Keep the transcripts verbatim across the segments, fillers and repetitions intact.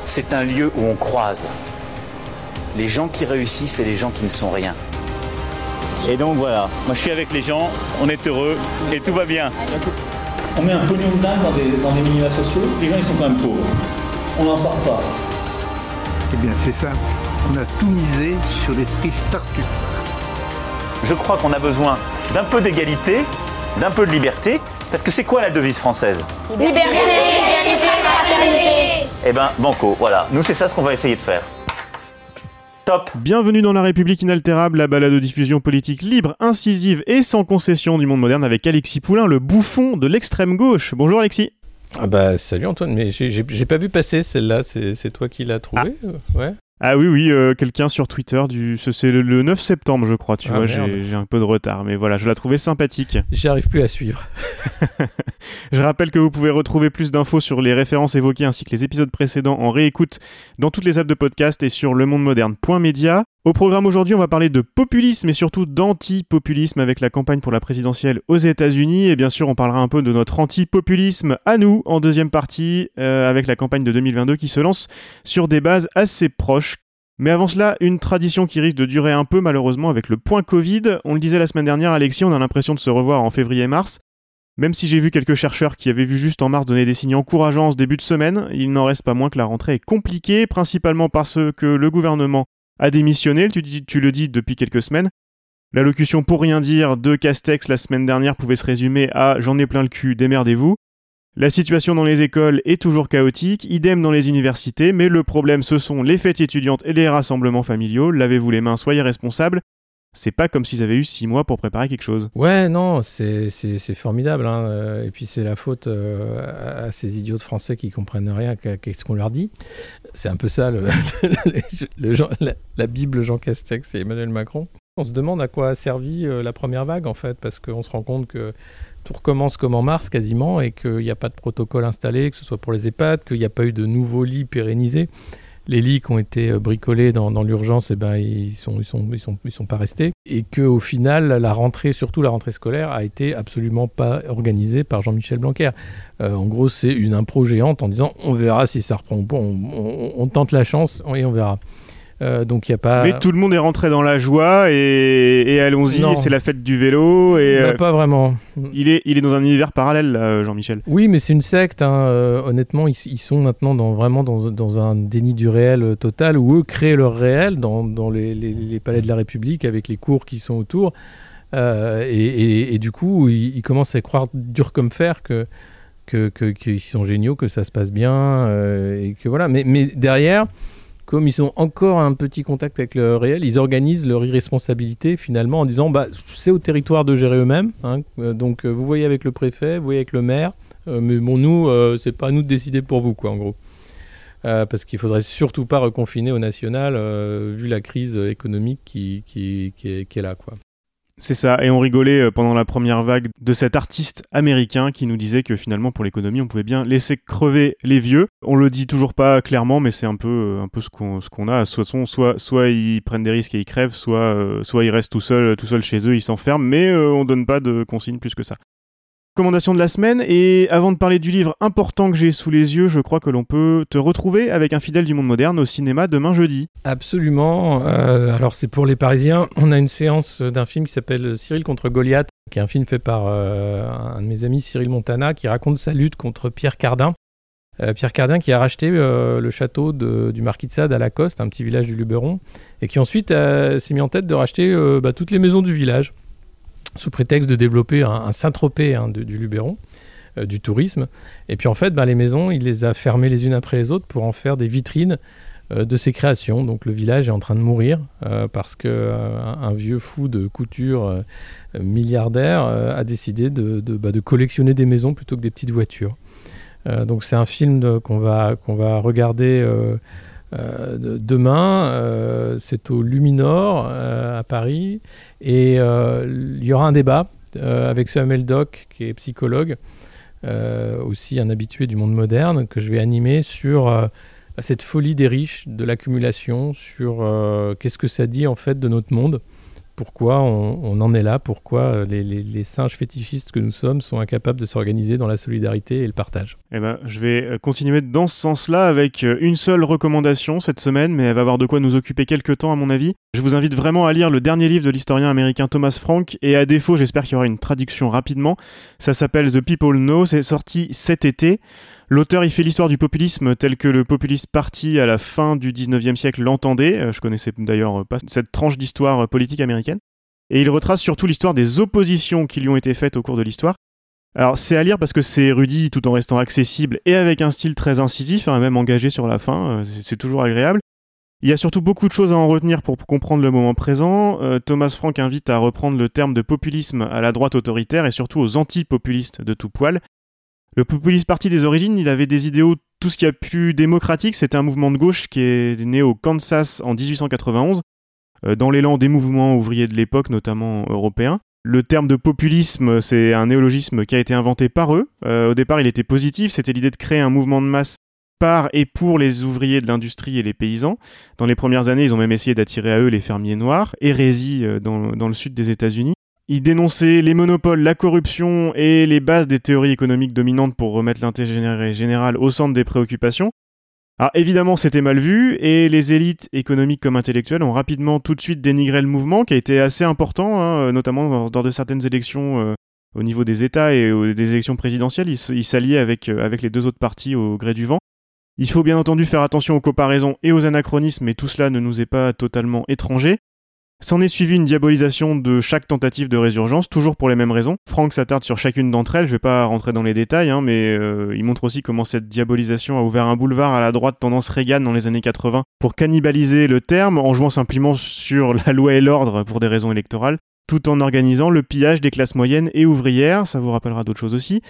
c'est un lieu où on croise les gens qui réussissent et les gens qui ne sont rien. Et donc voilà, moi je suis avec les gens, on est heureux et tout va bien. On met un pognon de dingue dans des, dans des minima sociaux, les gens ils sont quand même pauvres. On n'en sort pas. Eh bien c'est ça, on a tout misé sur l'esprit start-up. Je crois qu'on a besoin d'un peu d'égalité, d'un peu de liberté, parce que c'est quoi la devise française ? Liberté, égalité, fraternité. Eh ben banco, voilà, nous c'est ça ce qu'on va essayer de faire. Top. Bienvenue dans La République inaltérable, la balade de diffusion politique libre, incisive et sans concession du monde moderne avec Alexis Poulain, le bouffon de l'extrême gauche. Bonjour Alexis. Ah bah salut Antoine, mais j'ai, j'ai, j'ai pas vu passer celle-là, c'est, c'est toi qui l'as trouvée ah. Ouais. Ah oui, oui, euh, quelqu'un sur Twitter, du... c'est le, le neuf septembre je crois, tu ah, vois, j'ai, j'ai un peu de retard, mais voilà, je la trouvais sympathique. J'arrive plus à suivre. Je rappelle que vous pouvez retrouver plus d'infos sur les références évoquées ainsi que les épisodes précédents en réécoute dans toutes les apps de podcast et sur lemondemoderne point media. Au programme aujourd'hui, on va parler de populisme et surtout d'anti-populisme avec la campagne pour la présidentielle aux États-Unis. Et bien sûr, on parlera un peu de notre anti-populisme à nous en deuxième partie euh, avec la campagne de deux mille vingt-deux qui se lance sur des bases assez proches. Mais avant cela, une tradition qui risque de durer un peu malheureusement avec le point Covid. On le disait la semaine dernière, Alexis, on a l'impression de se revoir en février-mars. Même si j'ai vu quelques chercheurs qui avaient vu juste en mars donner des signes encourageants en ce début de semaine, il n'en reste pas moins que la rentrée est compliquée, principalement parce que le gouvernement a démissionné, tu, dis, tu le dis depuis quelques semaines. L'allocution pour rien dire de Castex la semaine dernière pouvait se résumer à « j'en ai plein le cul, démerdez-vous ». La situation dans les écoles est toujours chaotique, idem dans les universités, mais le problème ce sont les fêtes étudiantes et les rassemblements familiaux. Lavez-vous les mains, soyez responsables. C'est pas comme s'ils avaient eu six mois pour préparer quelque chose. Ouais, non, c'est, c'est, c'est formidable. Hein. Et puis c'est la faute euh, à ces idiots de Français qui comprennent rien à, à ce qu'on leur dit. C'est un peu ça, le, le, le Jean, la, la Bible Jean Castex et Emmanuel Macron. On se demande à quoi a servi euh, la première vague, en fait, parce qu'on se rend compte que tout recommence comme en mars, quasiment, et qu'il n'y a pas de protocole installé, que ce soit pour les EHPAD, qu'il n'y a pas eu de nouveaux lits pérennisés. Les lits qui ont été bricolés dans, dans l'urgence, eh ben, ils sont, ils sont, ils sont, ils sont pas restés. Et qu'au final, la rentrée, surtout la rentrée scolaire, a été absolument pas organisée par Jean-Michel Blanquer. Euh, en gros, c'est une impro géante en disant on verra si ça reprend ou pas, on, on, on tente la chance et on verra. Euh, donc y a pas... Mais tout le monde est rentré dans la joie et, et allons-y, et c'est la fête du vélo. Et, bah, euh, pas vraiment. Il est, il est dans un univers parallèle, là, Jean-Michel. Oui, mais c'est une secte. Hein. Euh, honnêtement, ils, ils sont maintenant dans, vraiment dans, dans un déni du réel total où eux créent leur réel dans, dans les, les, les palais de la République avec les cours qui sont autour. Euh, et, et, et du coup, ils, ils commencent à croire dur comme fer que, que, que, qu'ils sont géniaux, que ça se passe bien. Euh, et que voilà. Mais, mais derrière... Comme ils sont encore à un petit contact avec le réel, ils organisent leur irresponsabilité finalement en disant bah, c'est au territoire de gérer eux-mêmes. Hein, euh, donc euh, vous voyez avec le préfet, vous voyez avec le maire, euh, mais bon nous, euh, c'est pas à nous de décider pour vous quoi en gros. Euh, parce qu'il faudrait surtout pas reconfiner au national euh, vu la crise économique qui, qui, qui, est, qui est là quoi. C'est ça, et on rigolait pendant la première vague de cet artiste américain qui nous disait que finalement pour l'économie on pouvait bien laisser crever les vieux. On le dit toujours pas clairement, mais c'est un peu, un peu ce, qu'on, ce qu'on a. Soit, soit, soit ils prennent des risques et ils crèvent, soit, euh, soit ils restent tout seuls tout seul chez eux, ils s'enferment, mais euh, on donne pas de consignes plus que ça. Recommandation de la semaine, et avant de parler du livre important que j'ai sous les yeux, je crois que l'on peut te retrouver avec un fidèle du monde moderne au cinéma demain jeudi. Absolument, euh, alors c'est pour les Parisiens, on a une séance d'un film qui s'appelle Cyril contre Goliath, qui est un film fait par euh, un de mes amis, Cyril Montana, qui raconte sa lutte contre Pierre Cardin. Euh, Pierre Cardin qui a racheté euh, le château de, du Marquis de Sade à Lacoste, un petit village du Luberon, et qui ensuite euh, s'est mis en tête de racheter euh, bah, toutes les maisons du village, sous prétexte de développer un, un Saint-Tropez hein, de, du Luberon, euh, du tourisme. Et puis en fait, bah, les maisons, il les a fermées les unes après les autres pour en faire des vitrines euh, de ses créations. Donc le village est en train de mourir euh, parce qu'un euh, un vieux fou de couture euh, milliardaire euh, a décidé de, de, bah, de collectionner des maisons plutôt que des petites voitures. Euh, donc c'est un film de, qu'on, va, qu'on va regarder... Euh, Euh, de, demain, euh, c'est au Luminor euh, à Paris et euh, il y aura un débat euh, avec Samuel Doc qui est psychologue, euh, aussi un habitué du monde moderne, que je vais animer sur euh, cette folie des riches, de l'accumulation, sur euh, qu'est-ce que ça dit en fait de notre monde pourquoi on, on en est là, pourquoi les, les, les singes fétichistes que nous sommes sont incapables de s'organiser dans la solidarité et le partage. Eh ben, je vais continuer dans ce sens-là avec une seule recommandation cette semaine, mais elle va avoir de quoi nous occuper quelques temps à mon avis. Je vous invite vraiment à lire le dernier livre de l'historien américain Thomas Frank, et à défaut, j'espère qu'il y aura une traduction rapidement. Ça s'appelle The People Know, c'est sorti cet été. L'auteur, il fait l'histoire du populisme tel que le Populist Party à la fin du dix-neuvième siècle l'entendait. Je connaissais d'ailleurs pas cette tranche d'histoire politique américaine. Et il retrace surtout l'histoire des oppositions qui lui ont été faites au cours de l'histoire. Alors c'est à lire parce que c'est érudit tout en restant accessible et avec un style très incisif, hein, même engagé sur la fin, c'est toujours agréable. Il y a surtout beaucoup de choses à en retenir pour comprendre le moment présent. Euh, Thomas Frank invite à reprendre le terme de populisme à la droite autoritaire et surtout aux anti-populistes de tout poil. Le Populist Party des origines, il avait des idéaux tout ce qu'il y a plus démocratique. C'était un mouvement de gauche qui est né au Kansas en dix-huit cent quatre-vingt-onze, euh, dans l'élan des mouvements ouvriers de l'époque, notamment européens. Le terme de populisme, c'est un néologisme qui a été inventé par eux. Euh, au départ, il était positif, c'était l'idée de créer un mouvement de masse par et pour les ouvriers de l'industrie et les paysans. Dans les premières années, ils ont même essayé d'attirer à eux les fermiers noirs, hérésie euh, dans, dans le sud des États-Unis. Ils dénonçaient les monopoles, la corruption et les bases des théories économiques dominantes pour remettre l'intérêt général au centre des préoccupations. Alors évidemment, c'était mal vu, et les élites économiques comme intellectuelles ont rapidement tout de suite dénigré le mouvement, qui a été assez important, hein, notamment lors de certaines élections euh, au niveau des États et euh, des élections présidentielles. Ils, ils s'alliaient avec, euh, avec les deux autres partis au gré du vent. Il faut bien entendu faire attention aux comparaisons et aux anachronismes, mais tout cela ne nous est pas totalement étranger. S'en est suivi une diabolisation de chaque tentative de résurgence, toujours pour les mêmes raisons. Frank s'attarde sur chacune d'entre elles, je vais pas rentrer dans les détails, hein, mais euh, il montre aussi comment cette diabolisation a ouvert un boulevard à la droite tendance Reagan dans les années quatre-vingts pour cannibaliser le terme, en jouant simplement sur la loi et l'ordre pour des raisons électorales, tout en organisant le pillage des classes moyennes et ouvrières, ça vous rappellera d'autres choses aussi.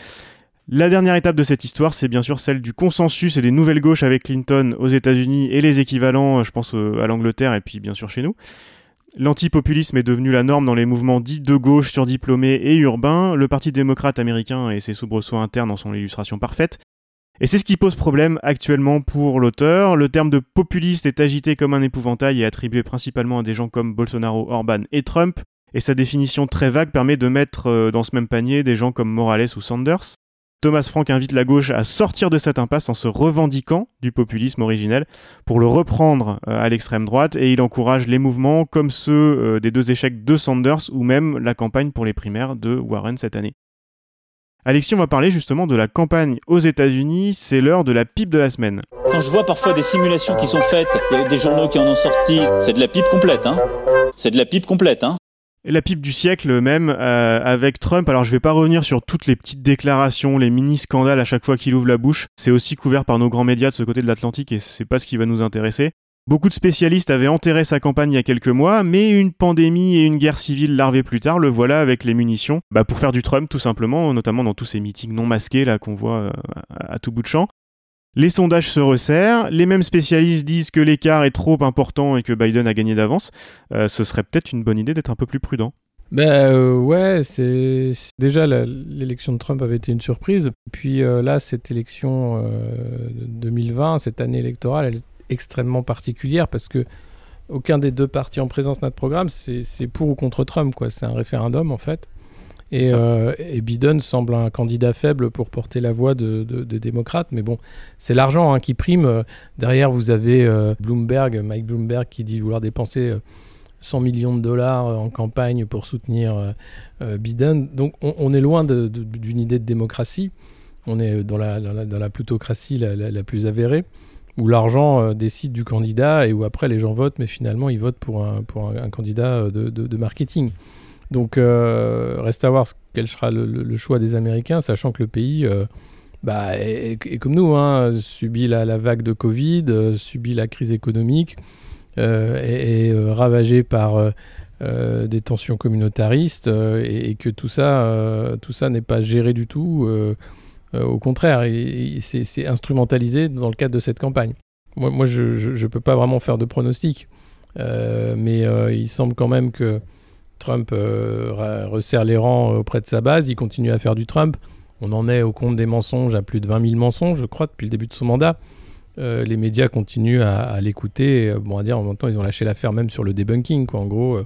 La dernière étape de cette histoire, c'est bien sûr celle du consensus et des nouvelles gauches avec Clinton aux États-Unis et les équivalents, je pense à l'Angleterre et puis bien sûr chez nous. L'antipopulisme est devenu la norme dans les mouvements dits de gauche surdiplômés et urbains. Le Parti démocrate américain et ses soubresauts internes en sont l'illustration parfaite. Et c'est ce qui pose problème actuellement pour l'auteur. Le terme de populiste est agité comme un épouvantail et attribué principalement à des gens comme Bolsonaro, Orban et Trump. Et sa définition très vague permet de mettre dans ce même panier des gens comme Morales ou Sanders. Thomas Frank invite la gauche à sortir de cette impasse en se revendiquant du populisme originel pour le reprendre à l'extrême droite, et il encourage les mouvements comme ceux des deux échecs de Sanders ou même la campagne pour les primaires de Warren cette année. Alexis, on va parler justement de la campagne aux États-Unis, c'est l'heure de la pipe de la semaine. Quand je vois parfois des simulations qui sont faites, il y a des journaux qui en ont sorti, c'est de la pipe complète, hein. C'est de la pipe complète, hein. La pipe du siècle même, euh, avec Trump. Alors je vais pas revenir sur toutes les petites déclarations, les mini-scandales à chaque fois qu'il ouvre la bouche. C'est aussi couvert par nos grands médias de ce côté de l'Atlantique et c'est pas ce qui va nous intéresser. Beaucoup de spécialistes avaient enterré sa campagne il y a quelques mois, mais une pandémie et une guerre civile larvée plus tard, le voilà avec les munitions, bah pour faire du Trump tout simplement, notamment dans tous ces meetings non masqués là qu'on voit euh, à tout bout de champ. Les sondages se resserrent, les mêmes spécialistes disent que l'écart est trop important et que Biden a gagné d'avance. Euh, ce serait peut-être une bonne idée d'être un peu plus prudent. Ben euh, ouais, c'est déjà la, l'élection de Trump avait été une surprise. Puis euh, là, cette élection euh, deux mille vingt, cette année électorale, elle est extrêmement particulière parce que aucun des deux partis en présence de notre programme, c'est, c'est pour ou contre Trump, quoi. C'est un référendum en fait. Et, euh, et Biden semble un candidat faible pour porter la voix de, de, de démocrates. Mais bon, c'est l'argent hein, qui prime. Derrière, vous avez euh, Bloomberg, Mike Bloomberg, qui dit vouloir dépenser euh, cent millions de dollars en campagne pour soutenir euh, euh, Biden. Donc, on, on est loin de, de, d'une idée de démocratie. On est dans la, dans la, dans la plutocratie la, la, la plus avérée, où l'argent euh, décide du candidat et où après, les gens votent, mais finalement, ils votent pour un, pour un, un candidat de, de, de marketing. Donc, euh, reste à voir quel sera le, le, le choix des Américains, sachant que le pays, euh, bah, est, est comme nous, hein, subit la, la vague de Covid, euh, subit la crise économique, euh, est, est euh, ravagé par euh, euh, des tensions communautaristes, euh, et, et que tout ça, euh, tout ça n'est pas géré du tout. Euh, euh, au contraire, et, et c'est, c'est instrumentalisé dans le cadre de cette campagne. Moi, moi je ne peux pas vraiment faire de pronostic, euh, mais euh, il semble quand même que Trump euh, resserre les rangs auprès de sa base, il continue à faire du Trump. On en est au compte des mensonges, à plus de vingt mille mensonges, je crois, depuis le début de son mandat. Euh, les médias continuent à, à l'écouter. Bon, à dire, en même temps, ils ont lâché l'affaire même sur le debunking, quoi. En gros, euh,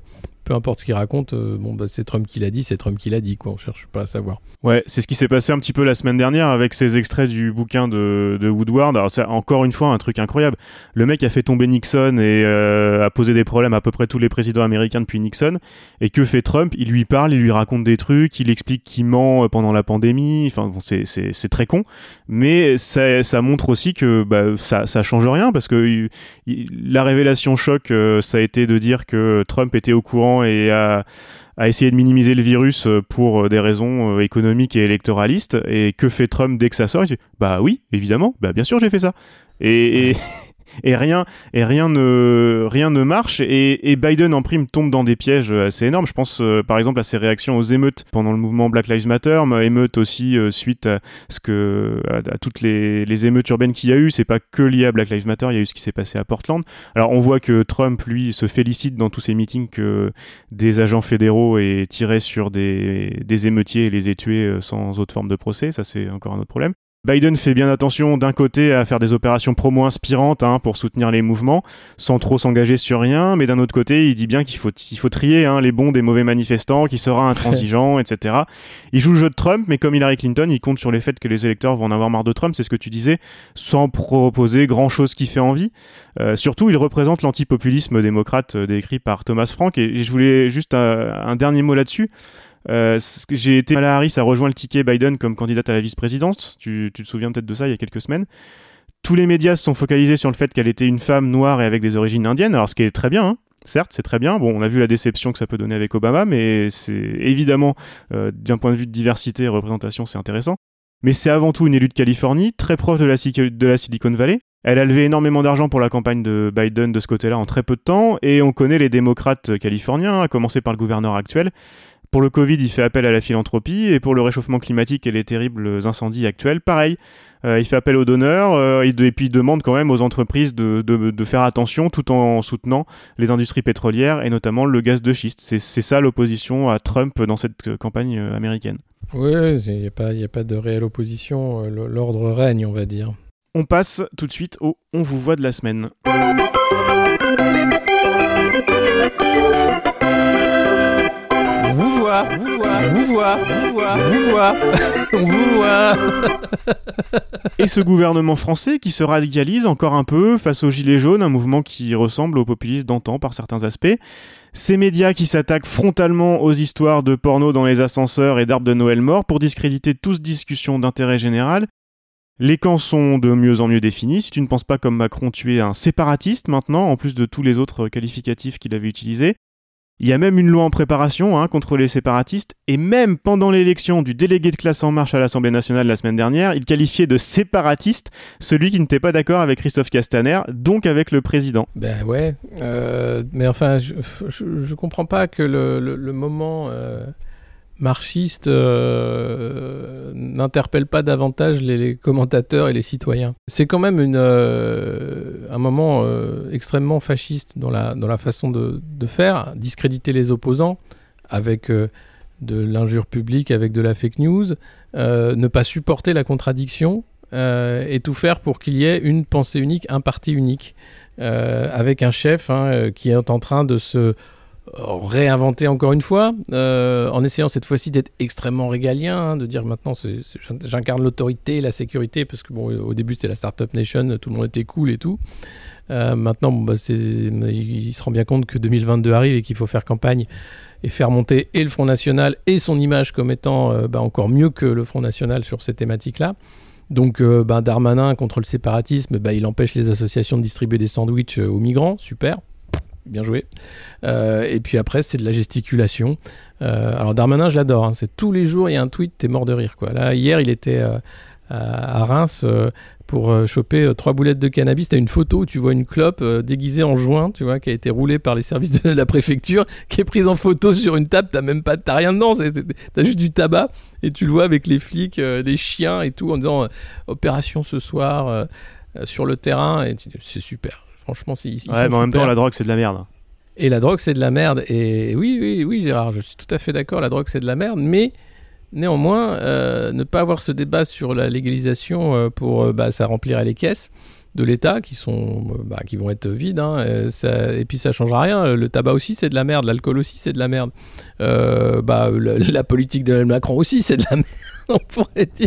peu importe ce qu'il raconte, euh, bon, bah, c'est Trump qui l'a dit, c'est Trump qui l'a dit, quoi. On cherche pas à savoir. Ouais, c'est ce qui s'est passé un petit peu la semaine dernière avec ces extraits du bouquin de, de Woodward. Alors, c'est encore une fois un truc incroyable. Le mec a fait tomber Nixon et euh, a posé des problèmes à peu près tous les présidents américains depuis Nixon. Et que fait Trump ? Il lui parle, il lui raconte des trucs, il explique qu'il ment pendant la pandémie. Enfin, bon, c'est, c'est, c'est très con. Mais ça, ça montre aussi que bah, ça, ça change rien parce que il, il, la révélation choc, euh, ça a été de dire que Trump était au courant et a, a essayé de minimiser le virus pour des raisons économiques et électoralistes. Et que fait Trump dès que ça sort ? Il dit « Bah oui, évidemment, bah bien sûr j'ai fait ça. » Et... et... Et rien, et rien ne, rien ne marche. Et, et Biden en prime tombe dans des pièges assez énormes. Je pense euh, par exemple à ses réactions aux émeutes pendant le mouvement Black Lives Matter, mais émeutes aussi euh, suite à ce que à, à toutes les, les émeutes urbaines qu'il y a eu. C'est pas que lié à Black Lives Matter. Il y a eu ce qui s'est passé à Portland. Alors on voit que Trump lui se félicite dans tous ses meetings que des agents fédéraux aient tiré sur des, des émeutiers et les aient tués sans autre forme de procès. Ça c'est encore un autre problème. Biden fait bien attention d'un côté à faire des opérations promo inspirantes hein, pour soutenir les mouvements, sans trop s'engager sur rien, mais d'un autre côté, il dit bien qu'il faut, il faut trier hein, les bons des mauvais manifestants, qu'il sera intransigeant, et cetera. Il joue le jeu de Trump, mais comme Hillary Clinton, il compte sur les faits que les électeurs vont en avoir marre de Trump, c'est ce que tu disais, sans proposer grand-chose qui fait envie. Euh, surtout, il représente l'antipopulisme démocrate euh, décrit par Thomas Frank, et, et je voulais juste un, un dernier mot là-dessus. Euh, j'ai été Kamala Harris a rejoint le ticket Biden comme candidate à la vice-présidence. Tu, tu te souviens peut-être de ça il y a quelques semaines. Tous les médias se sont focalisés sur le fait qu'elle était une femme noire et avec des origines indiennes. Alors ce qui est très bien, hein. Certes, c'est très bien. Bon, on a vu la déception que ça peut donner avec Obama, mais c'est évidemment euh, d'un point de vue de diversité et représentation, c'est intéressant. Mais c'est avant tout une élue de Californie, très proche de la, de la Silicon Valley. Elle a levé énormément d'argent pour la campagne de Biden de ce côté-là en très peu de temps, et on connaît les démocrates californiens, à commencer par le gouverneur actuel. Pour le Covid, il fait appel à la philanthropie, et pour le réchauffement climatique et les terribles incendies actuels, pareil. Euh, il fait appel aux donneurs, euh, et, de, et puis il demande quand même aux entreprises de, de, de faire attention tout en soutenant les industries pétrolières, et notamment le gaz de schiste. C'est, c'est ça l'opposition à Trump dans cette campagne américaine. Oui, il n'y a pas, y a pas de réelle opposition, l'ordre règne, on va dire. On passe tout de suite au « On vous voit » de la semaine. On vous voit, vous voit, vous voit, vous voit, vous voit, on vous voit. Et ce gouvernement français qui se radicalise encore un peu face aux Gilets jaunes, un mouvement qui ressemble au populisme d'antan par certains aspects. Ces médias qui s'attaquent frontalement aux histoires de porno dans les ascenseurs et d'arbres de Noël morts pour discréditer toute discussion d'intérêt général. Les camps sont de mieux en mieux définis. Si tu ne penses pas comme Macron, tu es un séparatiste maintenant, en plus de tous les autres qualificatifs qu'il avait utilisés. Il y a même une loi en préparation hein, contre les séparatistes, et même pendant l'élection du délégué de classe En Marche à l'Assemblée nationale la semaine dernière, il qualifiait de séparatiste celui qui n'était pas d'accord avec Christophe Castaner, donc avec le président. Ben ouais, euh, mais enfin, je, je, je comprends pas que le, le, le moment euh, marxiste euh, n'interpelle pas davantage les, les commentateurs et les citoyens. C'est quand même une, euh, un moment euh, extrêmement fasciste dans la, dans la façon de, de faire, discréditer les opposants avec euh, de l'injure publique, avec de la fake news, euh, ne pas supporter la contradiction euh, et tout faire pour qu'il y ait une pensée unique, un parti unique, euh, avec un chef hein, qui est en train de se réinventer encore une fois, euh, en essayant cette fois-ci d'être extrêmement régalien, hein, de dire maintenant c'est, c'est, j'incarne l'autorité, la sécurité, parce que bon, au début c'était la Startup Nation, tout le monde était cool et tout. Euh, maintenant, bon, bah, c'est, il se rend bien compte que deux mille vingt-deux arrive et qu'il faut faire campagne et faire monter et le Front National et son image comme étant euh, bah, encore mieux que le Front National sur ces thématiques-là. Donc euh, bah, Darmanin contre le séparatisme, bah, il empêche les associations de distribuer des sandwichs aux migrants, super. Bien joué. Euh, et puis après, c'est de la gesticulation. Euh, alors Darmanin, je l'adore. Hein. C'est tous les jours, il y a un tweet, t'es mort de rire, quoi. Là, hier, il était euh, à, à Reims euh, pour euh, choper euh, trois boulettes de cannabis. T'as une photo où tu vois une clope euh, déguisée en joint, tu vois, qui a été roulée par les services de la préfecture, qui est prise en photo sur une table. T'as même pas, t'as rien dedans. C'est, t'as juste du tabac et tu le vois avec les flics, euh, des chiens et tout, en disant euh, opération ce soir euh, euh, sur le terrain. Et tu, c'est super. Franchement, c'est, ils ouais, mais en même temps, la drogue, c'est de la merde. Et la drogue, c'est de la merde. Et oui, oui, oui, Gérard, je suis tout à fait d'accord, la drogue, c'est de la merde. Mais néanmoins, euh, ne pas avoir ce débat sur la légalisation euh, pour, euh, bah, ça remplirait les caisses. de l'État qui sont bah, qui vont être vides hein, et, ça, et puis ça changera rien. Le tabac aussi c'est de la merde, l'alcool aussi c'est de la merde, euh, bah, la, la politique d'Emmanuel Macron aussi c'est de la merde on pourrait dire.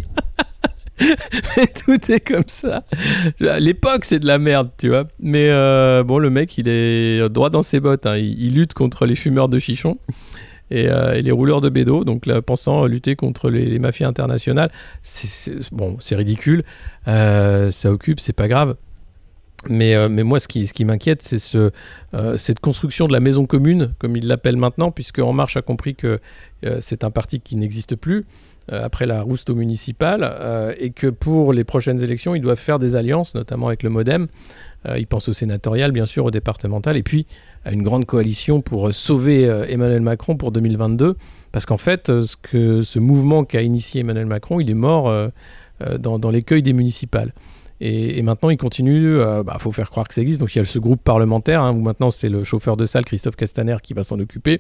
Mais tout est comme ça. L'époque c'est de la merde, tu vois. Mais euh, bon, le mec il est droit dans ses bottes. Hein. Il, il lutte contre les fumeurs de chichon et, euh, et les rouleurs de bédo. Donc là, pensant lutter contre les, les mafias internationales, c'est, c'est bon, c'est ridicule. Euh, ça occupe, c'est pas grave. Mais, euh, mais moi, ce qui, ce qui m'inquiète, c'est ce, euh, cette construction de la maison commune, comme il l'appelle maintenant, puisque En Marche a compris que euh, c'est un parti qui n'existe plus euh, après la rouste au municipal, euh, et que pour les prochaines élections, ils doivent faire des alliances, notamment avec le MoDem. Euh, ils pensent au sénatorial, bien sûr, au départemental, et puis à une grande coalition pour sauver euh, Emmanuel Macron pour deux mille vingt-deux, parce qu'en fait, euh, ce, que, ce mouvement qu'a initié Emmanuel Macron, il est mort euh, euh, dans, dans l'écueil des municipales. Et, et maintenant, il continue, il euh, bah, faut faire croire que ça existe. Donc il y a ce groupe parlementaire, hein, où maintenant c'est le chauffeur de salle, Christophe Castaner, qui va s'en occuper,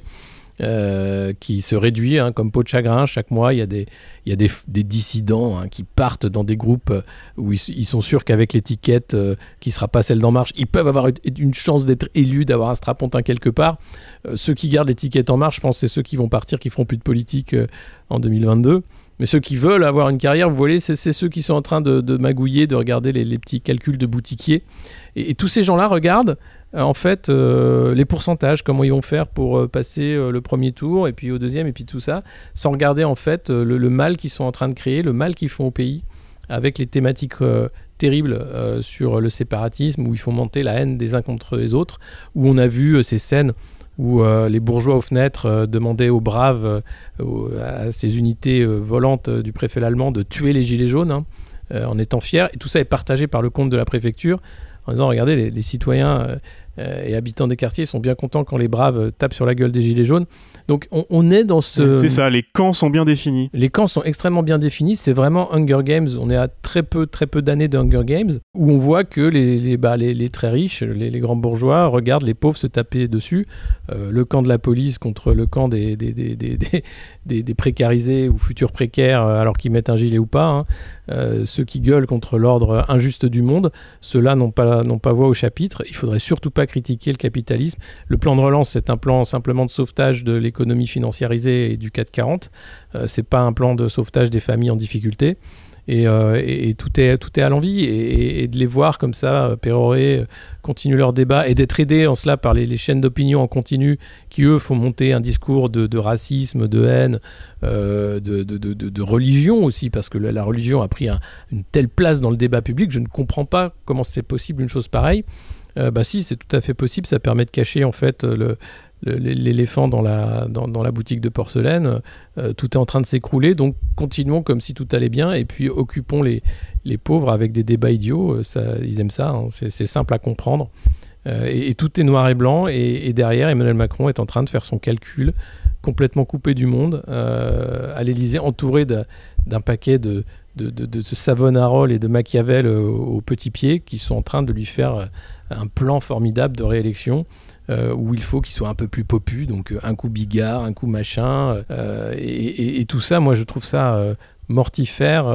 euh, qui se réduit hein, comme peau de chagrin. Chaque mois, il y a des, il y a des, des dissidents hein, qui partent dans des groupes où ils, ils sont sûrs qu'avec l'étiquette euh, qui ne sera pas celle d'En Marche, ils peuvent avoir une chance d'être élus, d'avoir un strapontin quelque part. Euh, ceux qui gardent l'étiquette En Marche, je pense que c'est ceux qui vont partir, qui feront plus de politique euh, en deux mille vingt-deux. Mais ceux qui veulent avoir une carrière, vous voyez, c'est, c'est ceux qui sont en train de, de magouiller, de regarder les, les petits calculs de boutiquier. Et, et tous ces gens-là regardent, euh, en fait, euh, les pourcentages, comment ils vont faire pour euh, passer euh, le premier tour, et puis au deuxième, et puis tout ça, sans regarder, en fait, euh, le, le mal qu'ils sont en train de créer, le mal qu'ils font au pays, avec les thématiques euh, terribles euh, sur le séparatisme, où ils font monter la haine des uns contre les autres, où on a vu euh, ces scènes où euh, les bourgeois aux fenêtres euh, demandaient aux braves, euh, à ces unités euh, volantes euh, du préfet allemand de tuer les gilets jaunes, hein, euh, en étant fiers. Et tout ça est partagé par le compte de la préfecture, en disant, regardez, les, les citoyens euh, euh, et habitants des quartiers sont bien contents quand les braves euh, tapent sur la gueule des gilets jaunes. Donc on, on est dans ce... C'est ça, les camps sont bien définis. Les camps sont extrêmement bien définis, c'est vraiment Hunger Games, on est à très peu, très peu d'années de Hunger Games, où on voit que les, les, bah, les, les très riches, les, les grands bourgeois, regardent les pauvres se taper dessus, euh, le camp de la police contre le camp des, des, des, des, des, des, des précarisés ou futurs précaires, alors qu'ils mettent un gilet ou pas, hein. Euh, ceux qui gueulent contre l'ordre injuste du monde, ceux-là n'ont pas, n'ont pas voix au chapitre. Il faudrait surtout pas critiquer le capitalisme. Le plan de relance, c'est un plan simplement de sauvetage de l'économie financiarisée et du C A C quarante. Euh, c'est pas un plan de sauvetage des familles en difficulté. Et, euh, et, et tout est tout est à l'envie, et, et de les voir comme ça pérorer, continuer leur débat, et d'être aidés en cela par les, les chaînes d'opinion en continu qui eux font monter un discours de, de racisme, de haine, euh, de, de, de, de religion aussi, parce que la, la religion a pris un, une telle place dans le débat public. Je ne comprends pas comment c'est possible une chose pareille. Euh, bah si, c'est tout à fait possible. Ça permet de cacher en fait le l'éléphant dans la, dans, dans la boutique de porcelaine. Euh, tout est en train de s'écrouler, donc continuons comme si tout allait bien, et puis occupons les, les pauvres avec des débats idiots. Ça, ils aiment ça, hein. c'est, c'est simple à comprendre. Euh, et, et tout est noir et blanc, et, et derrière, Emmanuel Macron est en train de faire son calcul, complètement coupé du monde, euh, à l'Élysée, entouré de, d'un paquet de, de, de, de Savonarole et de Machiavel au, au petit pied, qui sont en train de lui faire un plan formidable de réélection. Euh, où il faut qu'il soit un peu plus popu, donc euh, un coup Bigard, un coup machin, euh, et, et, et tout ça, moi je trouve ça euh, mortifère.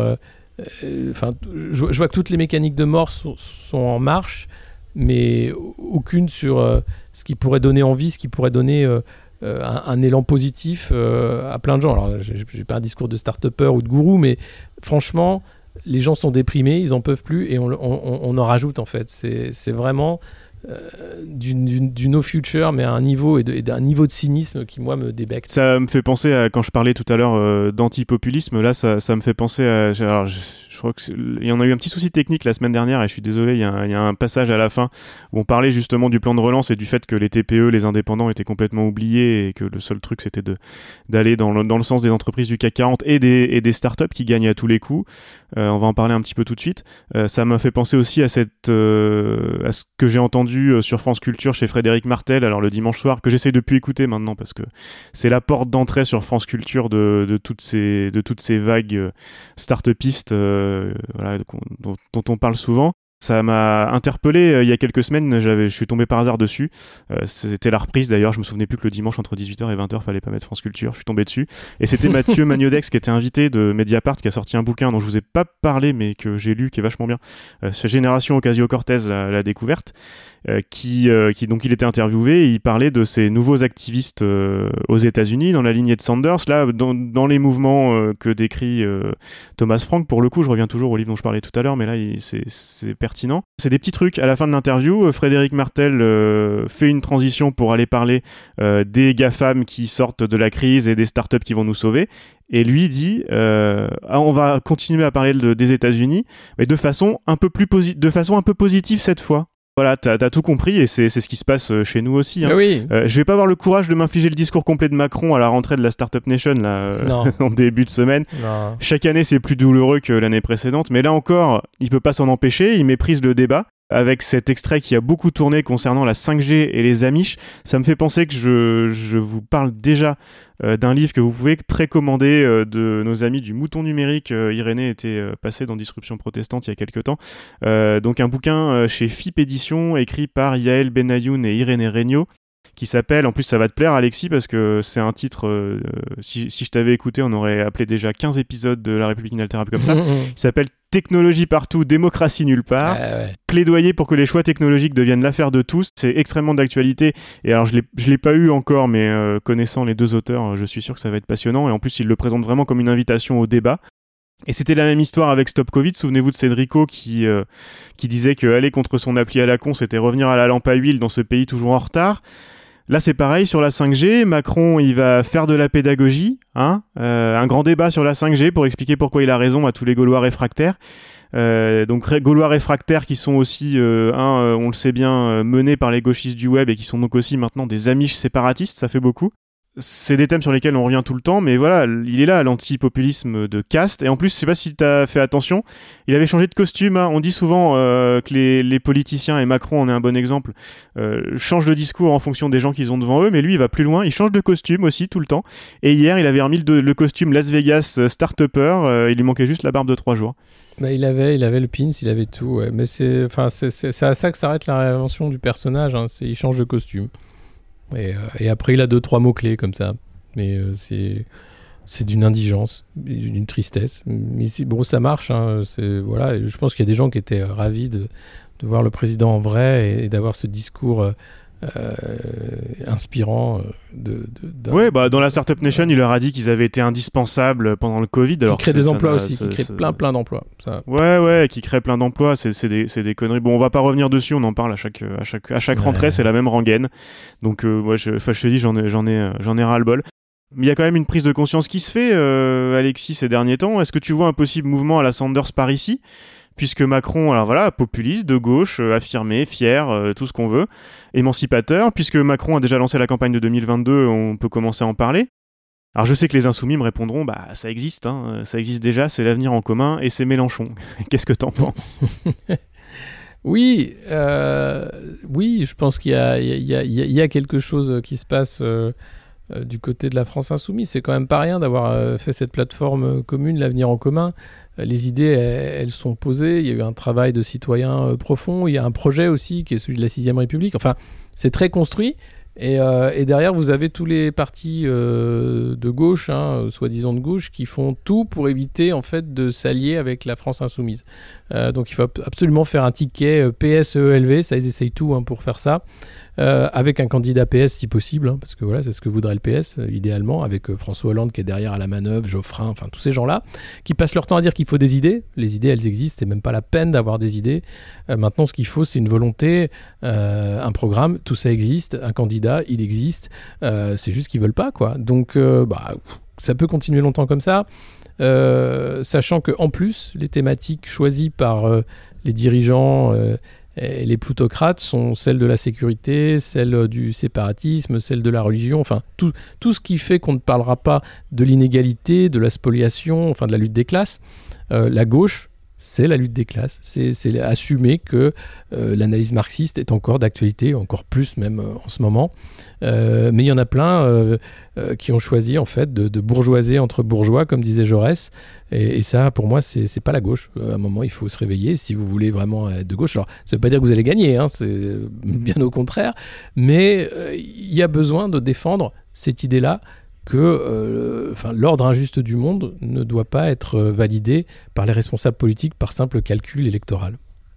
Enfin, euh, je, je vois que toutes les mécaniques de mort sont, sont en marche, mais aucune sur euh, ce qui pourrait donner envie, ce qui pourrait donner euh, euh, un, un élan positif euh, à plein de gens. Alors, j'ai, j'ai pas un discours de start-upper ou de gourou, mais franchement, les gens sont déprimés, ils en peuvent plus, et on, on, on en rajoute en fait. C'est, c'est vraiment Euh, du, du, du no future, mais à un niveau et, de, et d'un niveau de cynisme qui moi me débecte. Ça me fait penser à quand je parlais tout à l'heure euh, d'antipopulisme. Là, ça, ça me fait penser à. Alors, je, je crois que il y en a eu un petit souci technique la semaine dernière, et je suis désolé. Il y, y a un passage à la fin où on parlait justement du plan de relance et du fait que les T P E, les indépendants, étaient complètement oubliés, et que le seul truc c'était de d'aller dans le, dans le sens des entreprises du C A C quarante et des et des startups qui gagnent à tous les coups. Euh, on va en parler un petit peu tout de suite. Euh, ça m'a fait penser aussi à cette euh, à ce que j'ai entendu sur France Culture chez Frédéric Martel, alors le dimanche soir, que j'essaie de plus écouter maintenant parce que c'est la porte d'entrée sur France Culture de, de, toutes, ces, de toutes ces vagues start-upistes euh, voilà, dont, dont on parle souvent. Ça m'a interpellé euh, il y a quelques semaines, j'avais, je suis tombé par hasard dessus. Euh, c'était la reprise d'ailleurs, je me souvenais plus que le dimanche entre dix-huit heures et vingt heures, fallait pas mettre France Culture, je suis tombé dessus. Et c'était Mathieu Magnodex qui était invité de Mediapart, qui a sorti un bouquin dont je vous ai pas parlé, mais que j'ai lu, qui est vachement bien. Euh, c'est Génération Ocasio-Cortez, la, la découverte. Euh, qui, euh, qui donc il était interviewé et il parlait de ces nouveaux activistes euh, aux États-Unis dans la lignée de Sanders, là dans, dans les mouvements euh, que décrit euh, Thomas Frank. Pour le coup, je reviens toujours au livre dont je parlais tout à l'heure, mais là il, c'est, c'est pertinent. C'est des petits trucs. À la fin de l'interview, euh, Frédéric Martel euh, fait une transition pour aller parler euh, des GAFAM qui sortent de la crise et des startups qui vont nous sauver. Et lui dit, euh, ah, on va continuer à parler de, des États-Unis, mais de façon un peu plus posi- de façon un peu positive cette fois. Voilà, t'as, t'as tout compris et c'est, c'est ce qui se passe chez nous aussi. Hein. Oui. Euh, je vais pas avoir le courage de m'infliger le discours complet de Macron à la rentrée de la Startup Nation là, euh, en début de semaine. Non. Chaque année, c'est plus douloureux que l'année précédente, mais là encore, il peut pas s'en empêcher, il méprise le débat. Avec cet extrait qui a beaucoup tourné concernant la cinq G et les Amish, ça me fait penser que je, je vous parle déjà euh, d'un livre que vous pouvez précommander euh, de nos amis du Mouton Numérique. Euh, Irénée était euh, passé dans Disruption Protestante il y a quelques temps. Euh, donc un bouquin euh, chez F I P Édition, écrit par Yael Benayoun et Irénée Regnault, qui s'appelle, en plus ça va te plaire Alexis, parce que c'est un titre, euh, si, si je t'avais écouté, on aurait appelé déjà quinze épisodes de La République inaltérable comme ça. Il s'appelle Technologie partout, démocratie nulle part. Euh, ouais. Plaidoyer pour que les choix technologiques deviennent l'affaire de tous. C'est extrêmement d'actualité. Et alors, je l'ai, je l'ai pas eu encore, mais euh, connaissant les deux auteurs, je suis sûr que ça va être passionnant. Et en plus, ils le présentent vraiment comme une invitation au débat. Et c'était la même histoire avec Stop Covid. Souvenez-vous de Cédrico qui, euh, qui disait que aller contre son appli à la con, c'était revenir à la lampe à huile dans ce pays toujours en retard. Là, c'est pareil sur la cinq G. Macron, il va faire de la pédagogie, hein, euh, un grand débat sur la cinq G pour expliquer pourquoi il a raison à tous les Gaulois réfractaires. Euh, donc ré- Gaulois réfractaires qui sont aussi, euh, un, euh, on le sait bien, euh, menés par les gauchistes du web et qui sont donc aussi maintenant des amiches séparatistes, ça fait beaucoup. C'est des thèmes sur lesquels on revient tout le temps, mais voilà, il est là, l'anti-populisme de caste. Et en plus, je sais pas si t'as fait attention, il avait changé de costume. Hein. On dit souvent euh, que les, les politiciens, et Macron en est un bon exemple, euh, changent de discours en fonction des gens qu'ils ont devant eux, mais lui, il va plus loin, il change de costume aussi tout le temps. Et hier, il avait remis le, le costume Las Vegas Start-Upper, euh, il lui manquait juste la barbe de trois jours. Bah, il avait, il avait le pins, il avait tout. Ouais. Mais c'est, enfin, c'est, c'est, c'est à ça que s'arrête la réinvention du personnage. Hein. C'est, il change de costume. Et, euh, et après, il a deux, trois mots-clés comme ça. Mais euh, c'est, c'est d'une indigence, d'une tristesse. Mais c'est, bon, ça marche. Hein, c'est, voilà. Et je pense qu'il y a des gens qui étaient ravis de, de voir le président en vrai et, et d'avoir ce discours euh, euh, inspirant. De, de, ouais, bah, dans la Startup Nation, il leur a dit qu'ils avaient été indispensables pendant le Covid. Qui alors crée des emplois aussi, ça, qui crée ça, plein, plein d'emplois. Ça. Ouais, ouais, qui crée plein d'emplois. C'est, c'est, des, c'est des conneries. Bon, on va pas revenir dessus, on en parle à chaque, à chaque, à chaque ouais. rentrée, c'est la même rengaine. Donc, euh, ouais, je, je te dis, j'en ai, j'en ai, j'en ai ras-le-bol. Mais il y a quand même une prise de conscience qui se fait, euh, Alexis, ces derniers temps. Est-ce que tu vois un possible mouvement à la Sanders par ici ? Puisque Macron, alors voilà, populiste, de gauche, euh, affirmé, fier, euh, tout ce qu'on veut, émancipateur. Puisque Macron a déjà lancé la campagne de deux mille vingt-deux, on peut commencer à en parler. Alors je sais que les insoumis me répondront, bah ça existe, hein, ça existe déjà, c'est l'avenir en commun et c'est Mélenchon. Qu'est-ce que t'en penses ? Oui, euh, oui, je pense qu'il y a, il y a, il y a, il y a quelque chose qui se passe euh, euh, du côté de la France insoumise. C'est quand même pas rien d'avoir euh, fait cette plateforme commune, l'avenir en commun. Les idées, elles, elles sont posées. Il y a eu un travail de citoyen euh, profond. Il y a un projet aussi qui est celui de la sixième République. Enfin, c'est très construit. Et, euh, et derrière, vous avez tous les partis euh, de gauche, hein, soi-disant de gauche, qui font tout pour éviter en fait de s'allier avec la France insoumise. Euh, donc, il faut absolument faire un ticket P S E L V. Ça, ils essayent tout hein, pour faire ça. Euh, avec un candidat P S si possible, hein, parce que voilà, c'est ce que voudrait le P S, euh, idéalement, avec euh, François Hollande qui est derrière à la manœuvre, Geoffrin, enfin tous ces gens-là, qui passent leur temps à dire qu'il faut des idées. Les idées, elles existent, c'est même pas la peine d'avoir des idées. Euh, maintenant, ce qu'il faut, c'est une volonté, euh, un programme, tout ça existe, un candidat, il existe, euh, c'est juste qu'ils veulent pas, quoi. Donc, euh, bah, ça peut continuer longtemps comme ça, euh, sachant qu'en plus, les thématiques choisies par euh, les dirigeants euh, et les plutocrates sont celles de la sécurité, celles du séparatisme, celles de la religion, enfin tout, tout ce qui fait qu'on ne parlera pas de l'inégalité, de la spoliation, enfin de la lutte des classes. Euh, la gauche, c'est la lutte des classes. C'est, c'est assumer que euh, l'analyse marxiste est encore d'actualité, encore plus même euh, en ce moment. Euh, mais il y en a plein euh, euh, qui ont choisi en fait de, de bourgeoiser entre bourgeois, comme disait Jaurès. Et, et ça, pour moi, c'est, c'est pas la gauche. À un moment, il faut se réveiller si vous voulez vraiment être de gauche. Alors, ça veut pas dire que vous allez gagner, hein, c'est bien au contraire. Mais euh, il y a besoin de défendre cette idée-là que euh, enfin, l'ordre injuste du monde ne doit pas être validé par les responsables politiques par simple calcul électoral.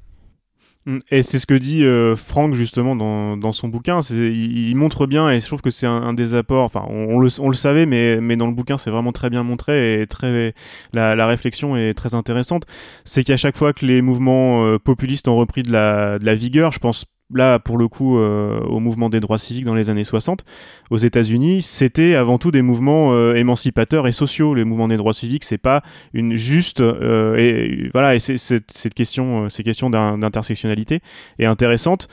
Et c'est ce que dit euh, Franck justement dans, dans son bouquin. C'est, il, il montre bien, et je trouve que c'est un, un des apports. Enfin, on, on, le, on le savait, mais, mais dans le bouquin, c'est vraiment très bien montré et très, la, la réflexion est très intéressante. C'est qu'à chaque fois que les mouvements euh, populistes ont repris de la, de la vigueur, je pense là pour le coup euh, au mouvement des droits civiques dans les années soixante aux États-Unis, c'était avant tout des mouvements euh, émancipateurs et sociaux. Les mouvements des droits civiques, c'est pas une juste euh, et voilà, et c'est, c'est, cette question, ces questions d'intersectionnalité est intéressante,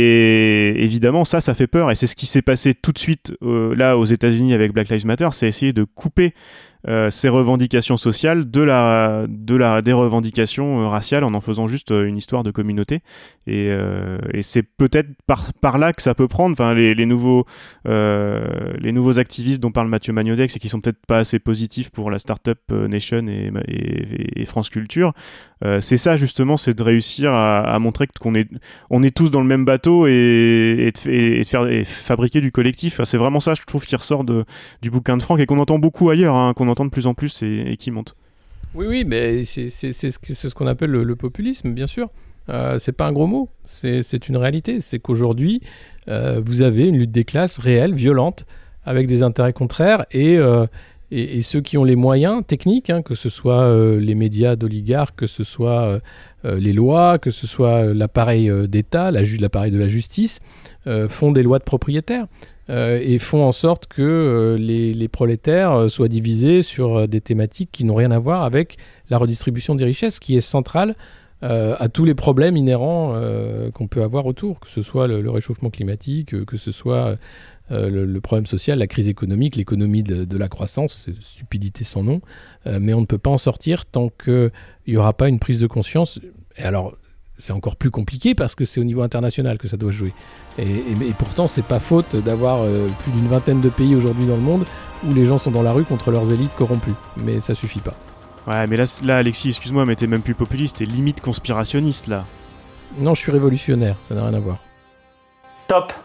et évidemment ça ça fait peur, et c'est ce qui s'est passé tout de suite euh, là aux États-Unis avec Black Lives Matter. C'est essayer de couper Euh, ces revendications sociales de la, de la, des revendications euh, raciales en en faisant juste euh, une histoire de communauté, et, euh, et c'est peut-être par, par là que ça peut prendre. Enfin, les, les, nouveaux, euh, les nouveaux activistes dont parle Mathieu Magnodex et qui sont peut-être pas assez positifs pour la Startup Nation et, et, et France Culture, euh, c'est ça justement, c'est de réussir à, à montrer qu'on est, on est tous dans le même bateau, et, et, de, et de faire, et fabriquer du collectif. Enfin, c'est vraiment ça, je trouve, qui ressort de, du bouquin de Franck, et qu'on entend beaucoup ailleurs, hein, qu'on entend de plus en plus, et, et qui monte. Oui, oui, mais c'est, c'est, c'est, ce, que, c'est ce qu'on appelle le, le populisme, bien sûr. Euh, c'est pas un gros mot, c'est, c'est une réalité. C'est qu'aujourd'hui, euh, vous avez une lutte des classes réelle, violente, avec des intérêts contraires, et, euh, et, et ceux qui ont les moyens techniques, hein, que ce soit euh, les médias d'oligarques, que ce soit euh, les lois, que ce soit l'appareil d'État, la ju- l'appareil de la justice, euh, font des lois de propriétaires. Euh, et font en sorte que euh, les, les prolétaires euh, soient divisés sur euh, des thématiques qui n'ont rien à voir avec la redistribution des richesses, qui est centrale euh, à tous les problèmes inhérents euh, qu'on peut avoir autour, que ce soit le, le réchauffement climatique, euh, que ce soit euh, le, le problème social, la crise économique, l'économie de, de la croissance, c'est stupidité sans nom, euh, mais on ne peut pas en sortir tant qu'il n'y aura pas une prise de conscience. Et alors, c'est encore plus compliqué parce que c'est au niveau international que ça doit jouer. Et, et, et pourtant, c'est pas faute d'avoir euh, plus d'une vingtaine de pays aujourd'hui dans le monde où les gens sont dans la rue contre leurs élites corrompues. Mais ça suffit pas. Ouais, mais là, là Alexis, excuse-moi, mais t'es même plus populiste, t'es limite conspirationniste, là. Non, je suis révolutionnaire, ça n'a rien à voir. Top.